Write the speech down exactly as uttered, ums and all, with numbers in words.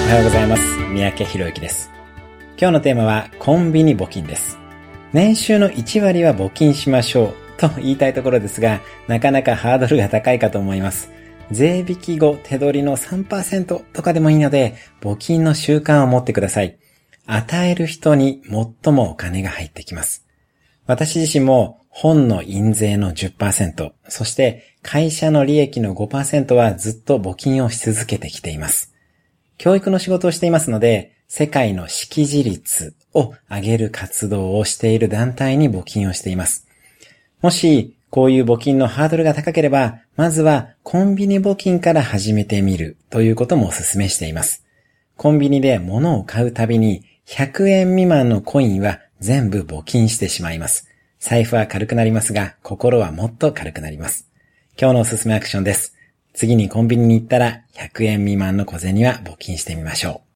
おはようございます。三宅博之です。今日のテーマはコンビニ募金です。年収のいちわりは募金しましょうと言いたいところですが、なかなかハードルが高いかと思います。税引き後手取りの さんパーセント とかでもいいので、募金の習慣を持ってください。与える人に最もお金が入ってきます。私自身も本の印税の じゅっパーセント、そして会社の利益の ごパーセント はずっと募金をし続けてきています。教育の仕事をしていますので、世界の識字率を上げる活動をしている団体に募金をしています。もし、こういう募金のハードルが高ければ、まずはコンビニ募金から始めてみるということもお勧めしています。コンビニで物を買うたびにひゃくえん未満のコインは全部募金してしまいます。財布は軽くなりますが、心はもっと軽くなります。今日のおすすめアクションです。次にコンビニに行ったらひゃくえん未満の小銭は募金してみましょう。